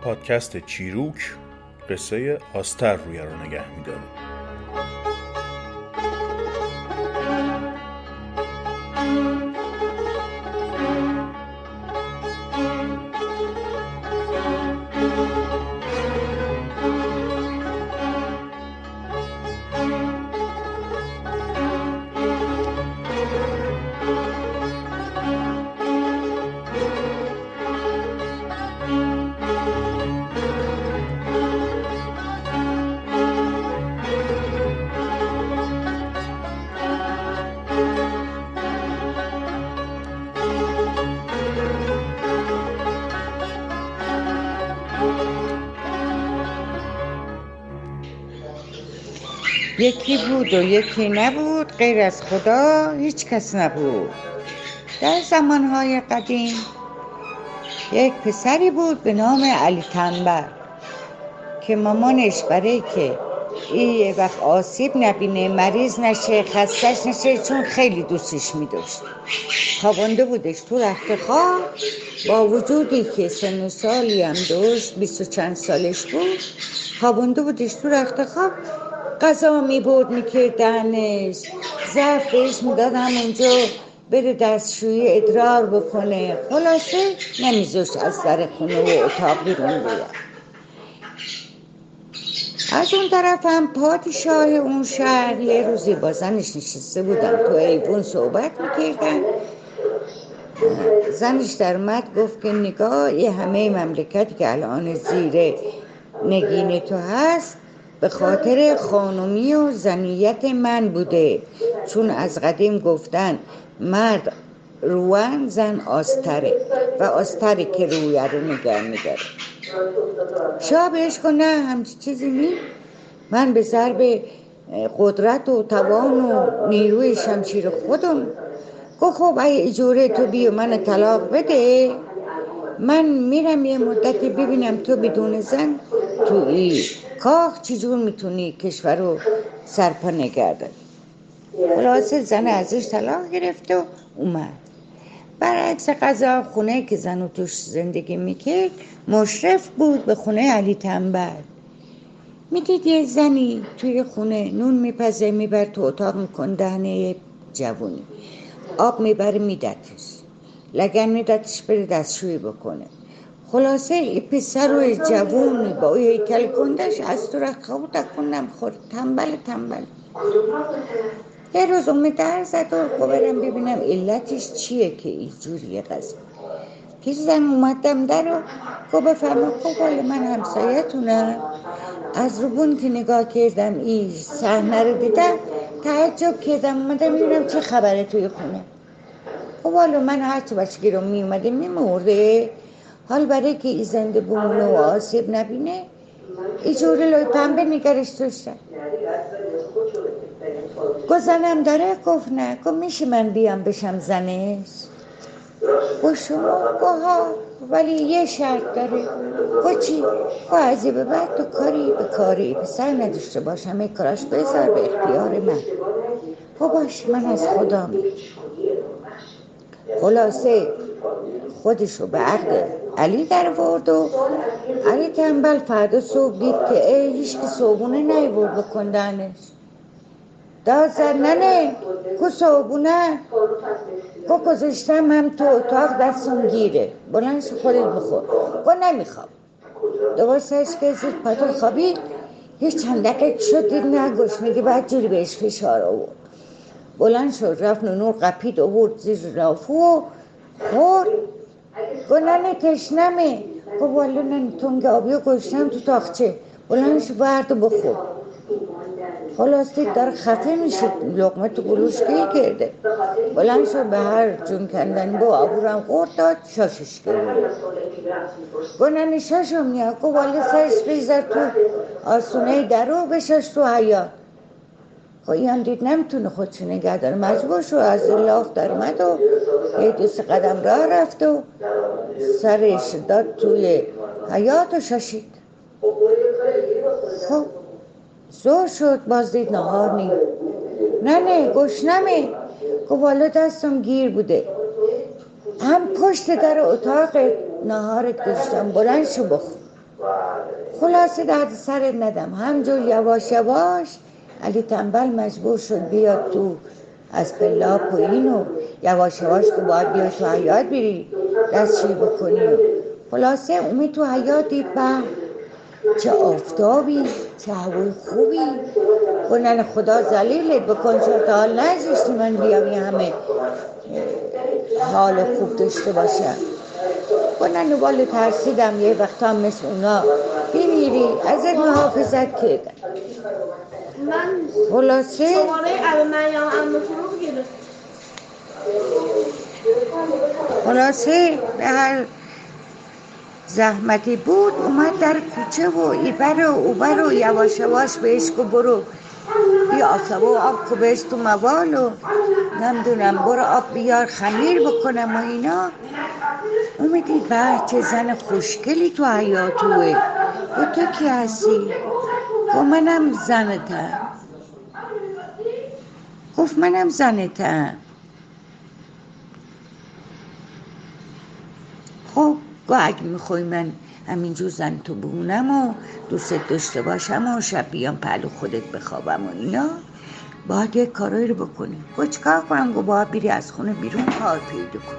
پادکست چیروک قصه آستر روی رو نگه می‌داره. یکی بود و یکی نبود، غیر از خدا هیچ کس نبود. در زمانهای قدیم یک پسری بود به نام علی تنبل که مامانش برای که یه وقت آسیب نبینه، مریض نشه، خستش نشه، چون خیلی دوستش می‌داشت، خوابانده بودش تو رخت خواب. با وجودی که سن و سالی هم داشت، 20 و چند سالش بود، خوابانده بودش تو رخت خواب. غذا می‌برد می‌کرد دهنش، ظرف بهش می‌داد همونجا بره دستشویی ادرار بکنه. خلاصه نمی‌ذاشت از در خونه و اتاق بیرون بیاد. از اون طرف هم پادشاه اون شهر یه روزی با زنش نشسته بودن تو ایوون صحبت می‌کردن. زنش در اومد گفت که نگاه، یه همه مملکتی که الان زیر نگین تو هست به خاطر خانومی و زنیت من بوده، چون از قدیم گفتن مرد روان، زن آستره و آستری که رویه رو نگه می‌داره. شاه بهش گفت نه، همچی چیزی نی، من به ضرب قدرت و توان و نیروی شمشیر خودم. گفت خب اگه اجوره تو بی و من طلاق بده، من میرم یه مدتی ببینم تو بدون زن توی کاخ چجور میتونی کشور رو سرپا نگه داری. خلاصه زن ازش طلاق گرفت و اومد. برعکس قضا خونه که زن و توش زندگی میکرد مشرف بود به خونه علی تنبل. میدید یه زنی توی خونه نون میپزه میبر تو اتاق میکن دهنه جوونی، آب میبره میدتش، لگن میدتش بره دستشویی بکنه. خلاصه این پسر و جوون با اوی هیکل کندش از تو رخواب تکونم خورد. تنبل یه روز اومد در زد و برم ببینم علتش چیه که اینجوریه قضیه. که زن اومدم در و گو بفرما خب من همسایتونم، از روبون که نگاه کردم این صحنه رو دیدم تعجب کردم، اومدم ببینم چه خبره توی خونه. خب من هرچه بچگی رو می اومده می مرده، حال برای که این زنده بمونه و آسیب نبینه ایجوری لوی پنبه نگرش داشتن. گو زنم داره؟ گفت نه. گفت میشه من بیام بشم زنش؟ گفت شما؟ گفت ها، ولی یه شرط داره. گفت چی؟ گفت ازی به بعد تو کاری به کاری پسر نداشته باش، همه کاراش بذار به اختیار من. گفت باش، من از خدا می. خلاصه خودشو به عقد علی در ورد و علی تنبل فردا صبح دید که هیچ که صابونه نیورد بکندنش. داد زد ننه کو صابونه؟ گو گذاشتم هم تو اتاق دستم گیره، بلندش خودت بخور. گو نمیخوام. دوباره سرش که زید پاتو خوابید. هیچ چند دقیق شد دید نه گشنگی بعد جوری بهش فشار آورد. بلند شد رفت نونور قپید آورد زیر لافو و خورد. گو ننه تشنمه. گو والا ننه تنگ آبی و گشنم تو تاخچه، بلندش برد و بخور. خلاص دید داره خفه میشه، لقمه تو گلوش گیر کرده. بلند شد به هر جون کندن با آبورم قورت داد، شاشش کرده. گو ننه شاشم نیا. گو والا سرش بیزر تو آسونه درو بشاش تو حیات. خب این دید نمیتونه خودشو نگه داره، مجبور شو از لاف در اومد و یه 2 قدم راه رفت و سرش داد توی حیات و شاشید. خب زور شد، باز دید نهار نیم. نه گشنمه. گفت والا دستم گیر بوده، هم پشت در اتاق نهارت گذاشتم، بلند شو بخور. خلاصه درد سرت ندم. همجور یواش یواش علی تنبل مجبور شد بیاد تو از پلا پایین و یواش یواش تو باید بیاد تو حیاط بری دستشویی بکنی. خلاصه اومد تو حیاط دید به چه آفتابی، چه هوای خوبی. گفتن خدا ذلیلت بکن چون تا حال نذاشتی من بیام یه همه حال خوب داشته باشم. گفتن والا ترسیدم یه وقتا هم مثل اونا بمیری ازت محافظت کردم. من خلاصه شماره اب مریم عمو فروغ گرفت. خلاصه به هر زحمتی بود اومد در کوچه و ایبر و اوبر و یواش یواش بهش گفت برو بیا آفتابه و آب کو بهش تو موال و نمیدونم برو آب بیار خمیر بکنم و اینا. اومدی به چه زن خوشگلی تو حیاطوه. و تو کی هستی؟ گفت منم زنتم. گفت منم زنتم. خب گفت اگه میخوای من همینجور زن تو بمونم و دوست داشته باشم و شب بیام پهلو خودت بخوابم و اینا باید یک کارایی رو بکنی. گفت چیکار کنم؟ گفت باید بری از خونه بیرون کار پیدا کنی.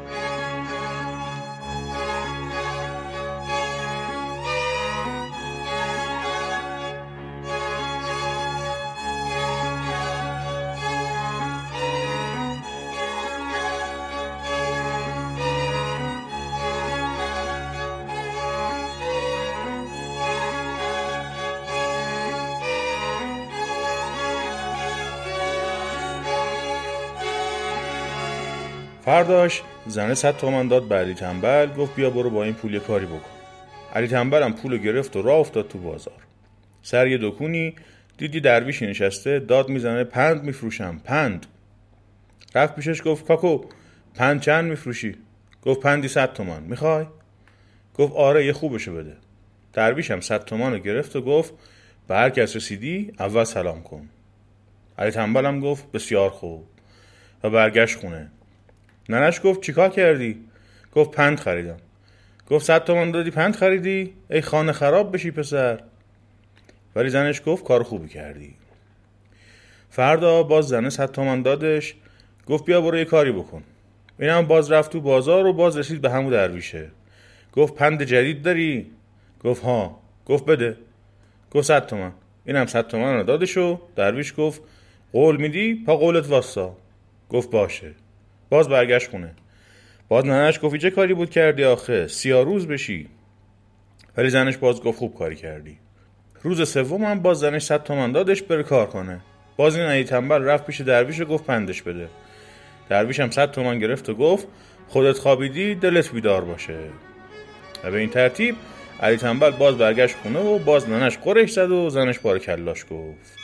فرداش زنه 100 تومن داد به علی تنبل، گفت بیا برو با این پول یه کاری بکن. علی تنبل هم پولو گرفت و راه افتاد تو بازار. سر یه دکونی دیدی درویشی نشسته داد میزنه پند میفروشم پند. رفت پیشش گفت کاکو پند چند میفروشی؟ گفت پندی 100 تومن. میخوای؟ گفت آره یه خوبشو بده. درویش هم 100 تومن رو گرفت و گفت به هر کس رسیدی اول سلام کن. علی تنبل هم گفت بسیار خوب و برگشت خونه. ننش گفت چیکار کردی؟ گفت پند خریدم. گفت 100 تومن دادی پند خریدی؟ ای خانه خراب بشی پسر. ولی زنش گفت کار خوبی کردی. فردا باز زنه 100 تومن دادش، گفت بیا برو یه کاری بکن. اینم باز رفت تو بازار و باز رسید به همون درویشه. گفت پند جدید داری؟ گفت ها. گفت بده. گفت 100 تومن. اینم 100 تومن رو دادشو. درویش گفت قول میدی؟ پا قولت واسا. گفت باشه. باز برگشت خونه. باز ننش گفت چه کاری بود کردی آخه 30 روز بشی. ولی زنش باز گفت خوب کاری کردی. روز سوم هم باز زنش 100 تومن دادش بره کار کنه. باز این علی تنبل رفت پیش درویش و گفت پندش بده. درویش هم 100 تومن گرفت و گفت خودت خوابیدی دلت بیدار باشه. و به این ترتیب علی تنبل باز برگشت خونه و باز ننش قرش زد و زنش بار کلاش گفت.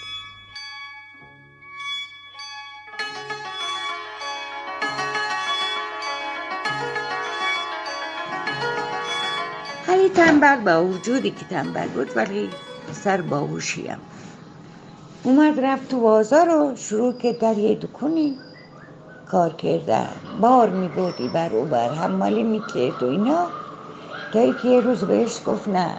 علی تنبل با وجودی که تنبل بود ولی سر باهوشیم. اومد رفت تو بازار و شروع که در یه دکونی کار کردن. بار میبردی بر او بر حمالی میکرد و اینا تا اینکه یه روز بهش گفت نه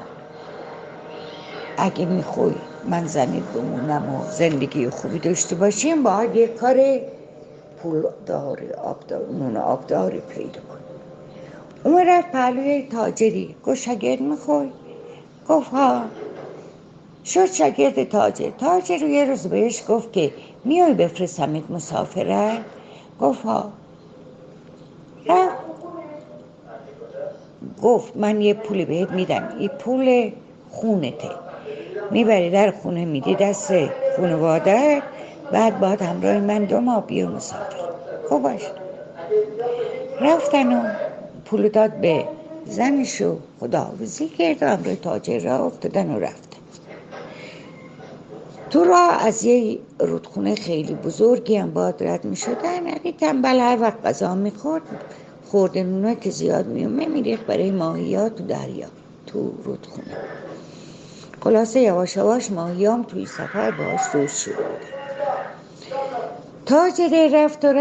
اگه میخوای من زنت بمونم و زندگی خوبی داشته باشیم باید یه کار پولداری نون آبداری پیدا کن. اون رفت پهلوی تاجری گفت شاگرد میخوای؟ گفت ها. شد شاگرد تاجر یه روز بهش گفت که میای بفرستمت مسافرت؟ گفت ها. رفت گفت من یه پولی بهت میدم این پول خونته میبری در خونه میدی دست خانواده‌ات بعد باید همراه من 2 ماه بیا مسافر. خب باش. رفتن و پول داد به زنش و خداحافظی کرد و همراه تاجر راه افتادن و رفتن. تو راه از یه رودخونه خیلی بزرگی هم باید رد می شدن. علی تنبل هر وقت غذا می خورد خورده نونه که زیاد میومه میریخت برای ماهیات تو دریا تو رودخونه. خلاصه یواش یواش ماهیام توی سفر باش دوست شده بودن. تاجر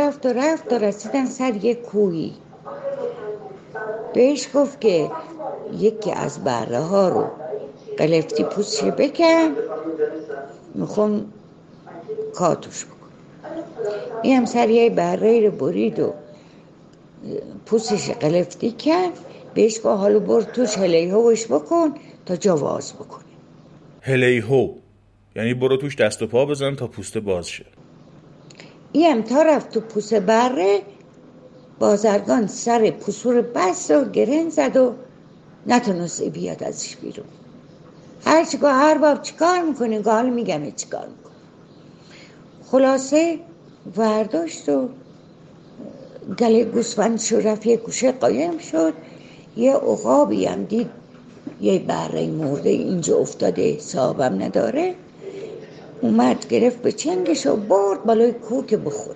رفت و رسیدن سر یه کوهی. بهش گفت که یکی از بره ها رو قلفتی پوستش بکن، میخوام کاتوش بکن. این هم سر یه بره رو برید و پوستش قلفتی کرد، بهش گفت حالا برو توش هلیهوش بکن تا جواز بکنه. هلیهو یعنی برو توش دست و پا بزن تا پوست باز شه. این هم تا رفت تو پوست بره، بازرگان سر پوسور بست و گرن زد و نتونست بیاد ازش بیرون. هرچی گفت ارباب چی کار میکنی؟ حالا میگم چی کار میکنی. خلاصه ورداشت و گله گوسفندشو رفت یه گوشه قایم شد. یه عقابی هم دید یه بره مرده اینجا افتاده، صاحبم نداره، اومد گرفت به چنگش و برد بالای کوه که بخوره.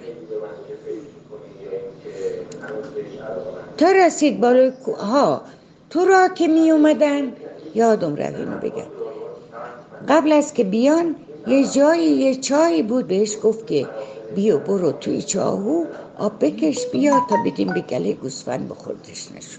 تا رسید بالای کوه ها، تو را که می اومدن یادم رو اینو بگم، قبل از که بیان یه جایی یه چایی بود، بهش گفت که بیا برو توی چاهو آب بکش بیا تا بدیم به گله گوسفند بخوردش نشون.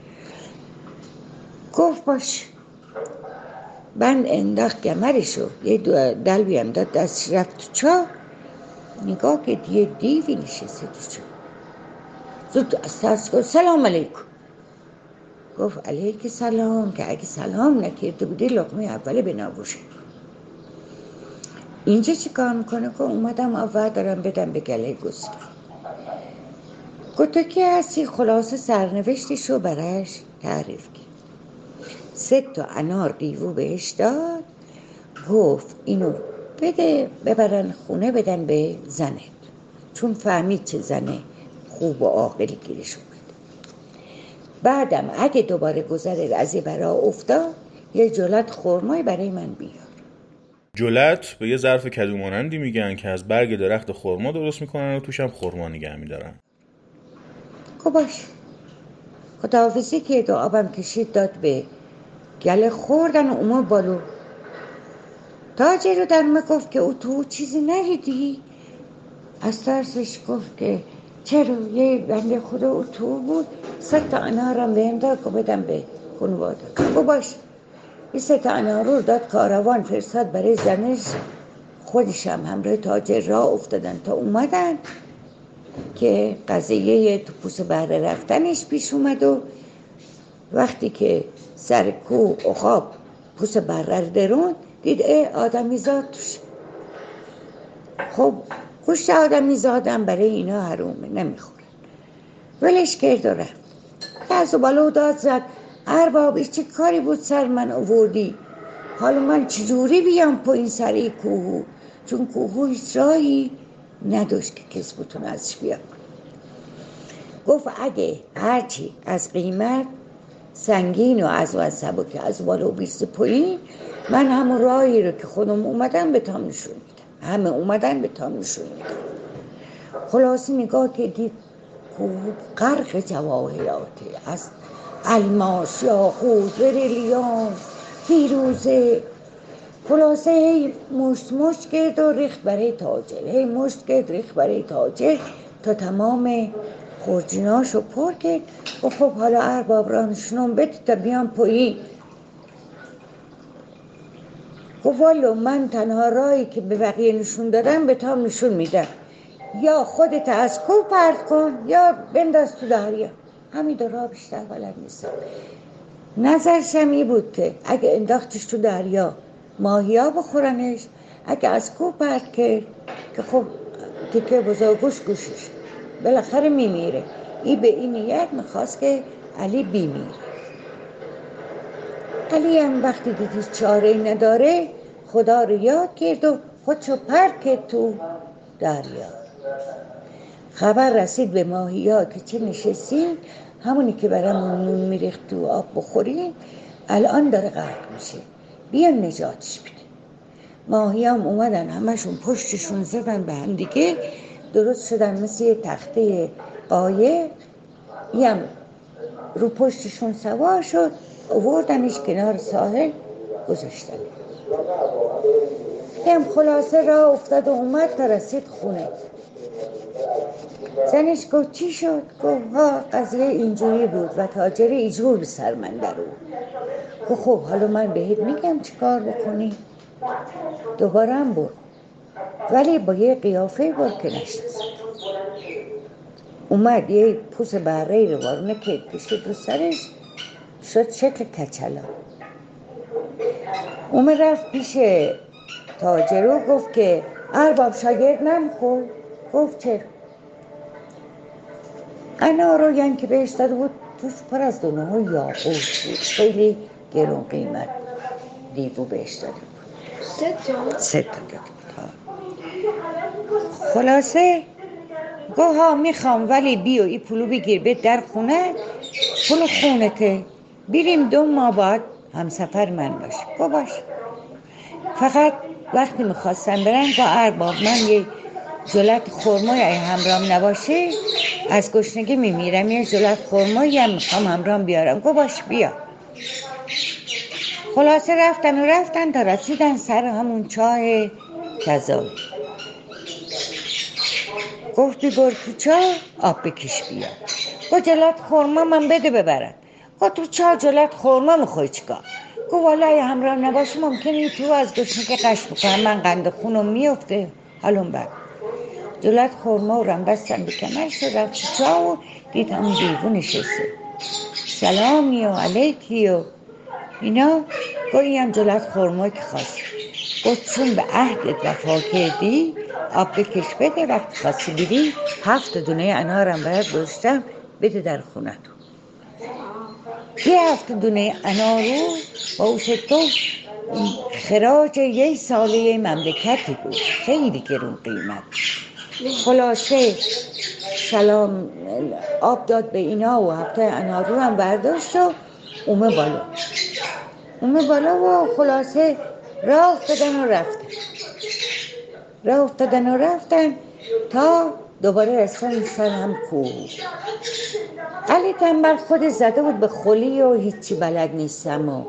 گفت باش. بند انداخت گمرشو، یه دلوی هم داد دستش، رفت تو چاه، نگاه که یه دیوی نشسته تو چاه. زود از ترس گفت سلام علیکم. گفت علیک سلام، که اگه سلام نکرده بودی لقمه اوله به نبوشه. اینجا چی کار میکنه؟ که اومدم اول دارم بدم به گله گوسفند. گفت تو کی هستی؟ خلاصه سرنوشتشو برش تعریف کرد. 3 انار دیو بهش داد، گفت اینو بده ببرن خونه بدن به زنت، چون فهمید چه زنه خوب و عاقل گیرش اومد. بعدم اگه دوباره گذر از این برا افتاد یه جلت خرمای برای من بیار. جلت به یه ظرف کدو مانندی میگن که از برگ درخت خرما درست میکنن و توش هم خرما نگه میدارن. خب باش. خداحافظی که دو آبم کشید داد به گله خوردن و اومد بالو. تاجر رو در گفت که او تو چیزی ندیدی؟ از ترسش گفت که چرا؟ یه بنده خدا او تو بود، 3 انارم بهم داد که بدم به خانواده. خب باش. این 3 انار رو داد کاروان فرستاد برای زنش، خودش هم همراه تاجر راه افتادن تا اومدن که قضیه تو پوست بره رفتنش پیش اومد و وقتی که سر کوه عقاب پوست بره رو درون دید آدمی زاد توش. خب گوشت آدمی زادم برای اینا حرومه نمیخورن، ولش کرد و رفت. از و بالا داد زد ارباب چه کاری بود سر من آوردی؟ حالا من چجوری بیام پا این سر کوه؟ چون کوه هیچ راهی نداشت که کس بتونه ازش بیام. گفت اگه هرچی از قیمت سنگین و از سبک از بالا بیست پایین، من همون راهی رو که خودم اومدم به تام نشون میدم، همه اومدن به تام نشون میدم. خلاصی نگاه که دید کوه غرق جواهراته، از الماس، یاقوت، بریلیان، فیروزه. خلاصه هی مشت کرد و ریخت برای تاجر، هی مشت کرد ریخت برای تاجر تا تمام خورجیناشو پر کرد. و خب حالا ارباب رانشونم بده تا بیام پایین. گفت والا من تنها راهی که به بقیه نشون دادم به تام نشون میدم، یا خودت از کوه پرت کن یا بنداز تو دریا. همین دو راه بیشتر بلد نیستم. نظرشم این بود که اگه انداختش تو دریا ماهیا بخورنش، اگه از کوه پرت کرد که خب تیکه بزرگوش گوشش بالاخره میمیره. این به این نیت میخواست که علی بیمیره. علی هم وقتی دید چاره نداره خدا رو یاد کرد و خودشو پرت کرد تو دریا. خبر رسید به ماهیا که چه نشستین، همونی که برامون نون میریخت تو آب بخورین الان داره غرق میشه، بیان نجاتش بده. ماهیا هم اومدن همشون پشتشون زدن به هم دیگه، درست شدن مثل یه تخته قایق، یم رو پشتشون سوار شد، آوردنش کنار ساحل گذاشتن. هم خلاصه راه افتاد و اومد تا رسید خونه. زنش گفت چی شد؟ گفت ها قضیه اینجوری بود و تاجر ایجور به سر من در بود. گفت خب حالا من بهت میگم چی کار بکنی. دوباره هم بود ولی با یه قیافه بود که نشناسد. اومد یه پوست بره رو وارونه که کشید رو سرش شد شکل کچلا. اومد رفت پیش تاجرو گفت که ارباب شاگرد نمیخور. گفت چرا؟ انار رو یعنی که بهش داده بود توش پر از دونه ها یاقوت بود، خیلی گرون قیمت دیبو بهش داده بود. 3 تا داده بود. خلاصه گفت ها میخوام ولی بیو ای پولو بگیر به در خونه، پول خونته، بریم 2 ماه بعد همسفر من باش. گفت باش. فقط وقتی میخواستم برن گفت ارباب من یه جلت خرمای همرام نباشه از گشنگی میمیرم، یه جلت خرمایی هم میخوام همرام بیارم. گفت باش بیا. خلاصه رفتن تا رسیدن سر همون چاه کذایی. گفت ببر تو چاه آب بکش بیا. گفت جلت خرما من بده ببرم. گفت تو چاه جلت خرما میخوای چیکار؟ گفت والا همراه نباشه ممکنه تو از گشنگی قش بکنم، من قند خونم میفته حالم بد. جلت خرما رو بستم به کمرش و رفت تو چاه و دید همون دیوون نشسته. سلامی و علیکی و اینا. گفت این هم جلت خرما که خواست. گفت چون به عهدت وفا کردی آب بکش بده، وقتی خواستی بری 7 دونه انارم برات گذاشتم بده در خونه تو. یه 7 دونه انار رو با اوش تو خراج یه ساله مملکتی بود، خیلی گرون قیمت. خلاصه سلام آب داد به اینا و 7 انار رو هم برداشت و اومه بالا و خلاصه راه افتادن و رفتن تا دوباره رسن سر هم کوه. علی تنبل خود زده بود به خلی و هیچی بلد نیستم و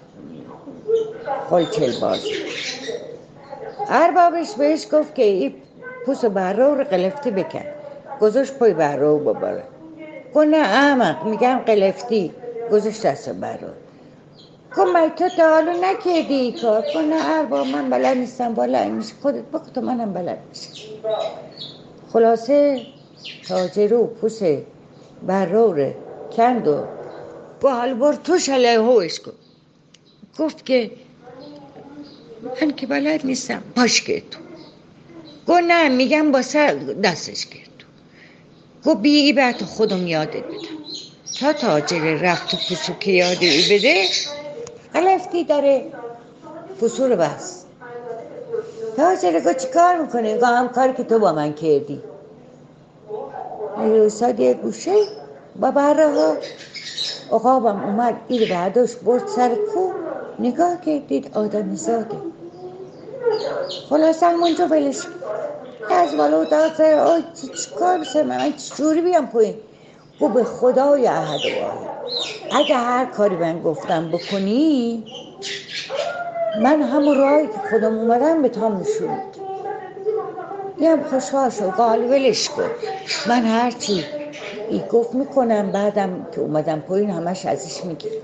خلچل بازی. اربابش بهش گفت که این پوست برو رو قلفتی بکن. گذاشت پای برو بباره. گفت نه احمق میگم قلفتی. گذاشت دست برو. گفت من تو تا حالا نکردی ای کار؟ گفت نه ارباب من بلد نیستم. والا این میشه خودت بکن تو منم بلد نیستم. خلاصه تاجرو پوست برو رو کند و گفت حالا بر توش علیهوش کن. گفت که من که بلد نیستم پاش کرد تو. گفت نه میگم با سر دستش کرد تو. گفت بی ای بعد خودم یادت بدم. تا تاجر رفت تو پوسو که یاد ای بده قلفتی داره پوسو رو بست. تاجر گفت چی کار میکنه؟ گفت هم کاری که تو با من کردی. ایستاد یه گوشه با بره ها. عقابم اومد این برداشت برد سر کو، نگاه کرد دید آدمی زاده. خلاصه همونجا ولش از بالا داد سر آی چی کار بسه من چجوری بیام پایین؟ گفت به خدای احد واحد اگه هر کاری من گفتم بکنی من همون راهی که خودم اومدم به تام نشون میدم. یه خوشحال شد قال ولش کن من هرچی ای گفت میکنم، بعدم که اومدم پایین همش ازش میگیرم.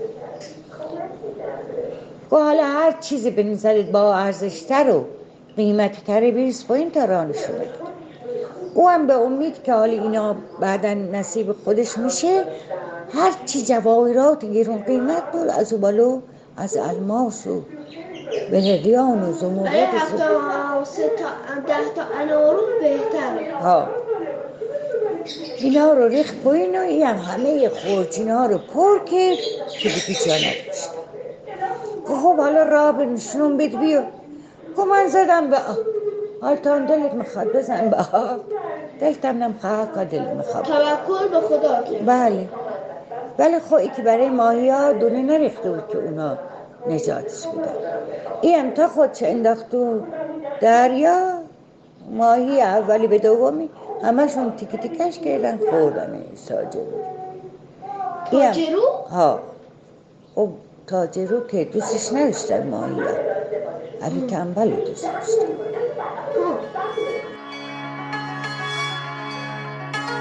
گفت حالا هر چیزی به نظرت با ارزشتر و قیمتی تره بریز پایین تا راه نشون بده. او هم به امید که حالا اینا بعدا نصیب خودش میشه هر چی جواهرات گرون قیمت بود از بالو از الماس و بهریان و زمرد و 7 تا 3 تا 10 تا انارو بهتره. ها اینا رو ریخت پایین و این هم همه خورجینا رو پر کرد که دیگه جا نداشت. خب حالا راه به نشونم بد بیا. گفت من زدم به حال تا هم دلت میخواد بزن به دلتم نمیخواد که دلت میخواد. توکل به خدا کرد. بله خب که برای ماهی ها دونه نریخته بود که اونا نجاتش بدن. این هم تا خودش انداخت تو دریا، ماهی اولی به دومی همشون تیک تیکش کردن خوردن تاجرو. تاجرو؟ ها خب تاجرو که دوستش نداشتن ماهی ها، علی تنبل دوست داشتن.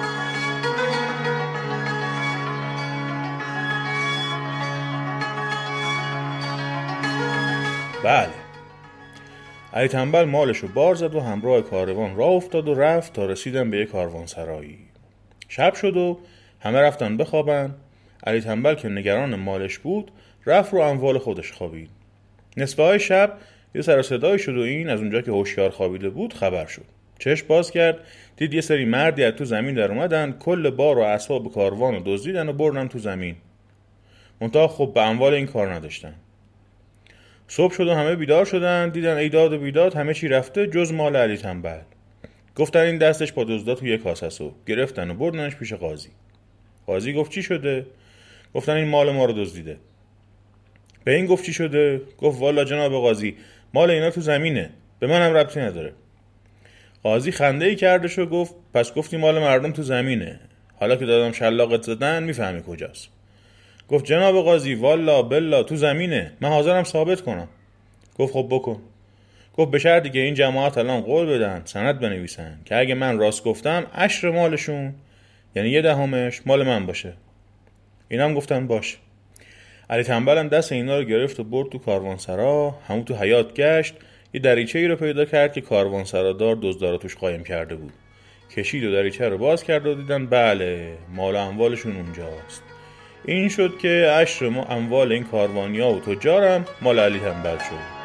بله. علی تنبل مالشو بار زد و همراه کاروان راه افتاد و رفت تا رسیدن به یک کاروانسرایی. شب شد و همه رفتن بخوابن. علی تنبل که نگران مالش بود رفت رو اموال خودش خوابید. نصفه های شب یه سر و صدایی شد و این از اونجا که هوشیار خوابیده بود خبر شد. چشم باز کرد، دید یه سری مردی از تو زمین در اومدن، کل بار و اسباب کاروان رو دزدیدن و بردن تو زمین. منتها خب به اموال این کار نداشتن. صبح شد و همه بیدار شدن، دیدن ای داد و بیداد همه چی رفته جز مال علی تنبل. گفتن این دستش با دزدا تو یک کاسه است و گرفتن و بردنش پیش قاضی. قاضی گفت چی شده؟ گفتن این مال ما رو دزدیده. به این گفت چی شده؟ گفت والا جناب قاضی مال اینا تو زمینه، به من هم ربطی نداره. قاضی خنده ای کردش و گفت پس گفتی مال مردم تو زمینه، حالا که دادم شلاقت زدن میفهمی کجاست. گفت جناب قاضی والا بلا تو زمینه، من حاضرم ثابت کنم. گفت خب بکن. گفت به شرطی که این جماعت الان قول بدن سند بنویسن که اگه من راست گفتم 10 مالشون یعنی 1/10 مال من باشه. اینا هم گفتن باش. علی تنبل هم دست اینا رو گرفت و برد تو کاروانسرا. همون تو حیاط گشت، یه دریچه‌ای رو پیدا کرد که کاروانسرادار دزدا رو توش قایم کرده بود. کشید و دریچه رو باز کرد و دیدن بله مال و اموالشون اونجاست. این شد که 10 اموال این کاروانیا و تجارم مال علی تنبل شد.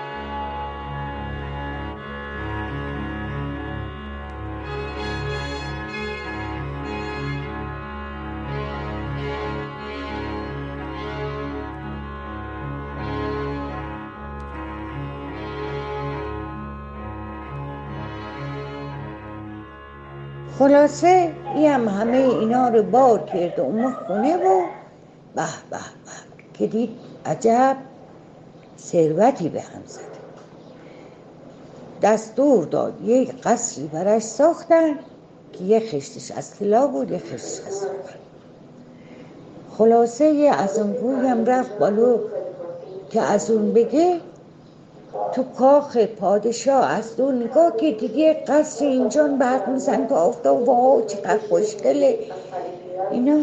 خلاصه این همه اینا رو بار کرد و اومد خونه و به به به که دید عجب ثروتی به هم زد. دستور داد یک قصری برش ساختن که یه خشتش از طلا بود یه خشتش از زغال. خلاصه از اون روی هم رفت بالو که از اون بگه تو کاخ پادشاه از دور نگاه که دیگه قصر اینجا برق میزن که آفتاب واو چقدر خوشگله اینا.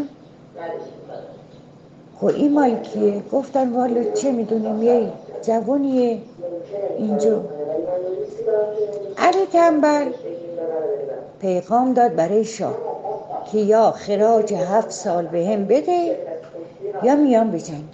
خب این مال کیه؟ گفتن والا چه میدونیم یه جوانیه اینجا. علی تنبل پیغام داد برای شاه که یا خراج 7 سال به هم بده یا میام بجنگی.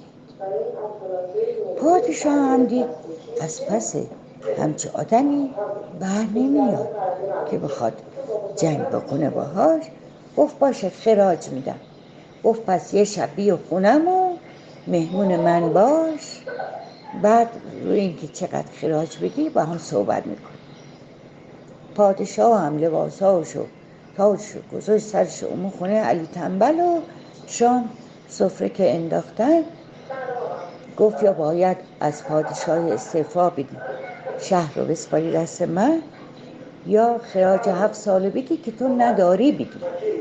پادشاه هم دید از پس همچه آدمی بر نمیاد که بخواد جنگ بکنه باهاش. گفت باشه خراج میدم. گفت پس یه شب بیا خونم و مهمون من باش، بعد روی اینکه چقدر خراج بدی با هم صحبت میکنیم. پادشاه هم لباساشو تاجشو گذاشت سرش اومد خونه علی تنبل و شام سفره که انداختن گفت یا باید از پادشاه استعفا بدی شهر رو بسپاری دست من یا خراج 7 سال بدی که تو نداری بدی.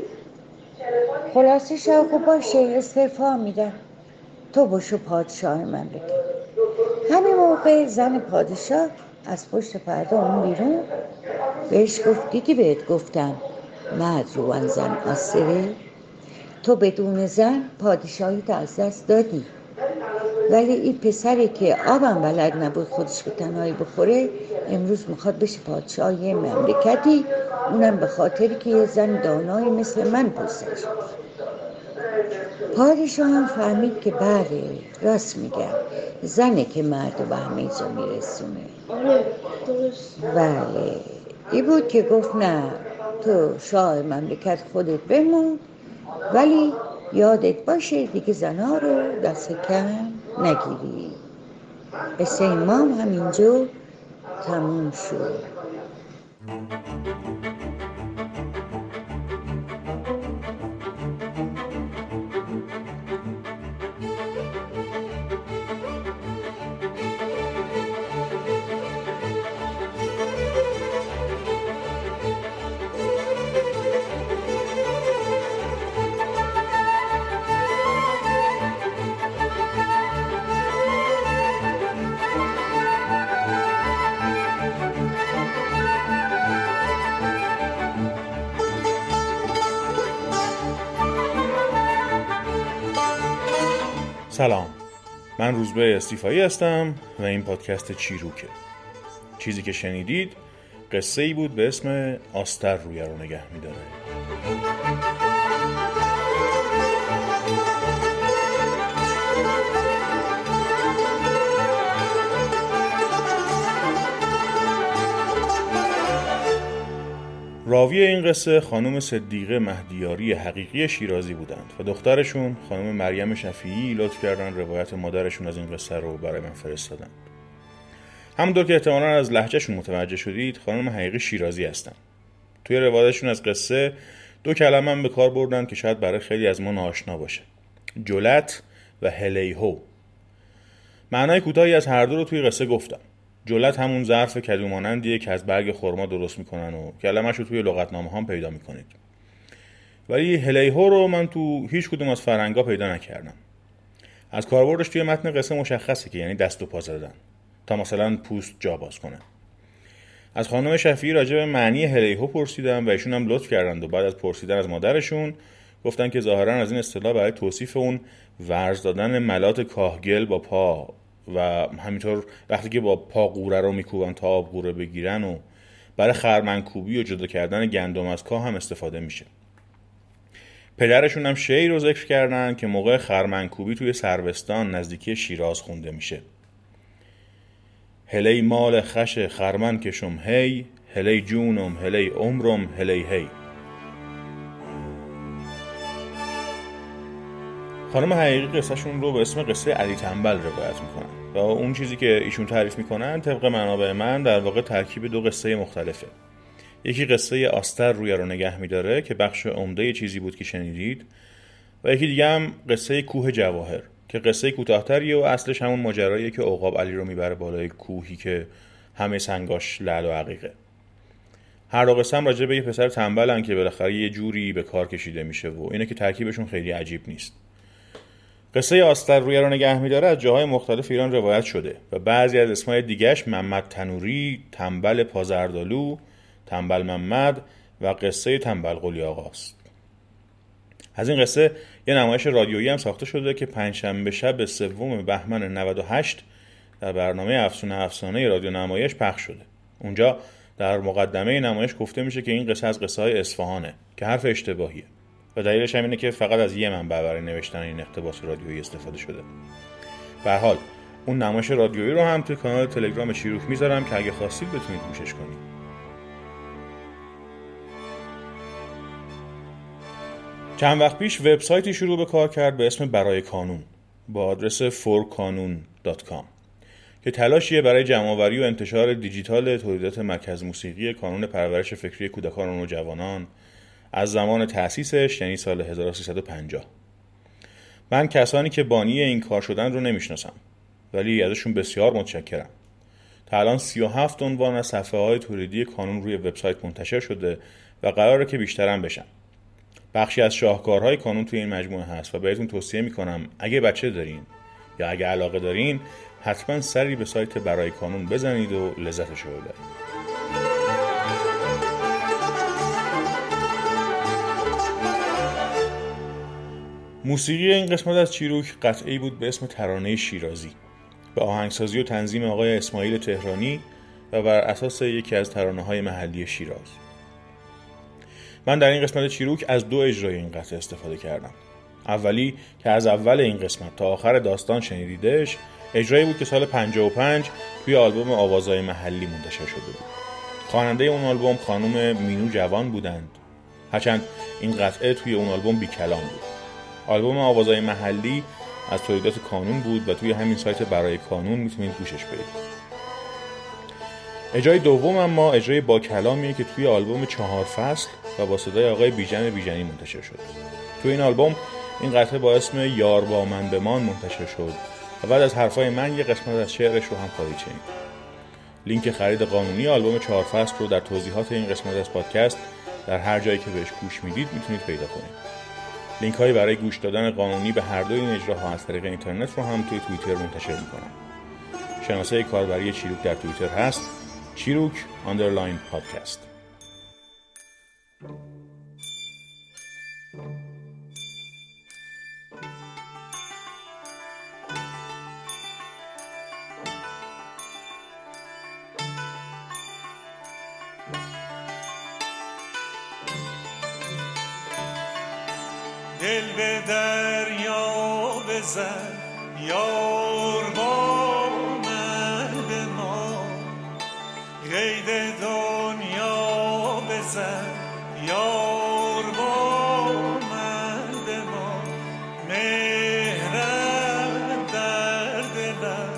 خلاصه شاه گفت باشه استعفا میدم تو باشو پادشاه مملکت. همین موقع زن پادشاه از پشت پرده اون بیرون بهش گفت دیدی بهت گفتم مرد روان زن آسره، تو بدون زن پادشاهیت از دست دادی، ولی این پسری که آبم بلد نبود خودش به تنهایی بخوره امروز میخواد بشه پادشاه یه مملکتی، اونم به خاطری که یه زن دانایی مثل من پسش. پادشاه هم فهمید که بله راست میگم زنه که مرد به همه جا میرسونه. بله این بود که گفت نه تو شاه مملکت خودت بمون ولی یادت باشه دیگه زنها رو دست کم نگیری. قصه ما هم همینجا تموم شد. سلام، من روزبه استیفایی هستم و این پادکست چیروکه. چیزی که شنیدید قصه ای بود به اسم آستر روی رو نگه می‌داره. راوی این قصه خانم صدیقه مهدیاری حقیقی شیرازی بودند و دخترشون خانم مریم شفیعی لطف کردن روایت مادرشون از این قصه رو برای من فرستادن. همونطور که احتمالاً از لهجهشون متوجه شدید، خانم حقیقی شیرازی هستن. توی روایتشون از قصه 2 کلمه هم به کار بردن که شاید برای خیلی از ما ناآشنا باشه: جلت و هلیهو. معنای کوتاهی از هر دو رو توی قصه گفتم. جلت همون ظرف کدو مانندیه که از برگ خرما درست میکنن و کلمه‌ش رو توی لغتنامه هم پیدا میکنید. ولی هلیهو رو من تو هیچ کدوم از فرهنگا پیدا نکردم. از کاربردش توی متن قصه مشخصه که یعنی دست و پا زدن تا مثلا پوست جا باز کنه. از خانم شفیعی راجع به معنی هلیهو پرسیدم و ایشون هم لطف کردند و بعد از پرسیدن از مادرشون گفتن که ظاهرا از این اصطلاح برای توصیف اون ورز دادن ملات کاهگل با پا و همینطور وقتی که با پا قوره رو میکوبن تا آب قوره بگیرن و برای خرمنکوبی و جدا کردن گندم از کاه هم استفاده میشه. پدرشون هم شعر رو ذکر کردن که موقع خرمنکوبی توی سروستان نزدیکی شیراز خونده میشه: هلی مال خش خرمن کشم هی، هلی جونم هلی عمرم هلی هی. خانم حقیقی قصهشون رو به اسم قصه علی تنبل روایت میکنن و اون چیزی که ایشون تعریف میکنن طبق منابع من در واقع ترکیب 2 قصه مختلفه. یکی قصه آستر روی رو نگه میداره که بخش عمده چیزی بود که شنیدید و یکی دیگه هم قصه کوه جواهر که قصه کوتاه‌تریه و اصلش همون ماجراییه که عقاب علی رو میبره بالای کوهی که همه سنگاش لعل و عقیقه. هر دو قصه هم راجع به یه پسر تنبلن که بالاخره یه جوری به کار کشیده میشه و اینه که ترکیبشون خیلی عجیب نیست. قصه آستر روی رو نگه میداره از جاهای مختلف ایران روایت شده و بعضی از اسمای دیگه‌اش محمد تنوری، تنبل پازردالو، تنبل محمد و قصه تنبل قلی آقاست. از این قصه یه نمایش رادیویی هم ساخته شده که پنجشنبه شب 3 بهمن 98 در برنامه افسانه رادیو نمایش پخش شده. اونجا در مقدمه نمایش گفته میشه که این قصه از قصه های اصفهانه که حرف اشتباهیه و دلیلش هم اینه که فقط از یه منبع برای نوشتن این اقتباس رادیویی استفاده شده. به هر حال اون نمایش رادیویی رو هم توی کانال تلگرام چیروک میذارم که اگه خواستید بتونید گوشش کنید. چند وقت پیش وبسایتی شروع به کار کرد به اسم برای کانون با آدرس forkanun.com که تلاشیه برای جمع‌آوری و انتشار دیجیتال تولیدات مرکز موسیقی کانون پرورش فکری کودکان و نوجوانان از زمان تأسیسش، یعنی سال 1350. من کسانی که بانی این کار شدن رو نمیشناسم ولی ازشون بسیار متشکرم. تا الان 37 عنوان از صفحه‌های تولیدی کانون روی وبسایت منتشر شده و قراره که بیشترم بشن. بخشی از شاهکارهای کانون توی این مجموعه هست و بهتون توصیه میکنم اگه بچه دارین یا اگه علاقه دارین حتما سری به سایت برای کانون بزنید و لذتشو ببرید. موسیقی این قسمت از چیروک قطعه‌ای بود به اسم ترانه شیرازی به آهنگسازی و تنظیم آقای اسماعیل تهرانی و بر اساس یکی از ترانه‌های محلی شیراز. من در این قسمت چیروک از 2 اجرای این قطعه استفاده کردم. اولی که از اول این قسمت تا آخر داستان شنیدیدش اجرایی بود که سال 55 توی آلبوم آوازهای محلی منتشر شده بود. خواننده اون آلبوم خانم مینو جوان بودند، هرچند این قطعه توی اون آلبوم بی کلام بود. آلبوم آوازهای محلی از تولیدات کانون بود و توی همین سایت برای کانون میتونید گوشش بدید. اجرای دوم اما اجرای با کلامیه که توی آلبوم 4 فصل و با صدای آقای بیژن بیژنی منتشر شد. توی این آلبوم این قطعه با اسم یار با من بمان منتشر شد و بعد از حرفای من یه قسمت از شعرش رو هم خواهید شنید. لینک خرید قانونی آلبوم 4 فصل رو در توضیحات این قسمت از پادکست در هر جایی که بهش گوش میدید میتونید پیدا کنید. لینک هایی برای گوش دادن قانونی به هر دو این اجراها از طریق اینترنت رو هم توی توییتر منتشر میکنم. شناسه کاربری چیروک در توییتر هست چیروک_podcast. دل به دریا بزن یار با من بمان، قید دنیا بزن یار با من بمان، مهرم در دلم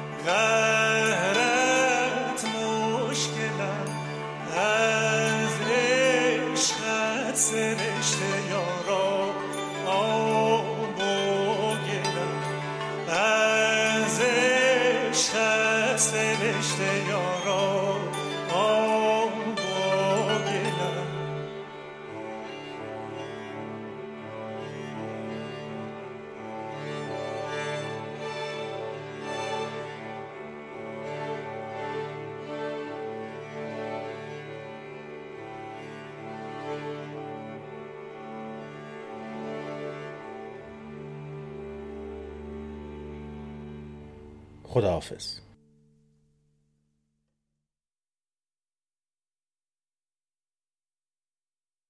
قهرت مشکلم، از عشقت سرشته یارا آب و گلم، از عشقت سرشته یارا آب و گلم. خداحافظ.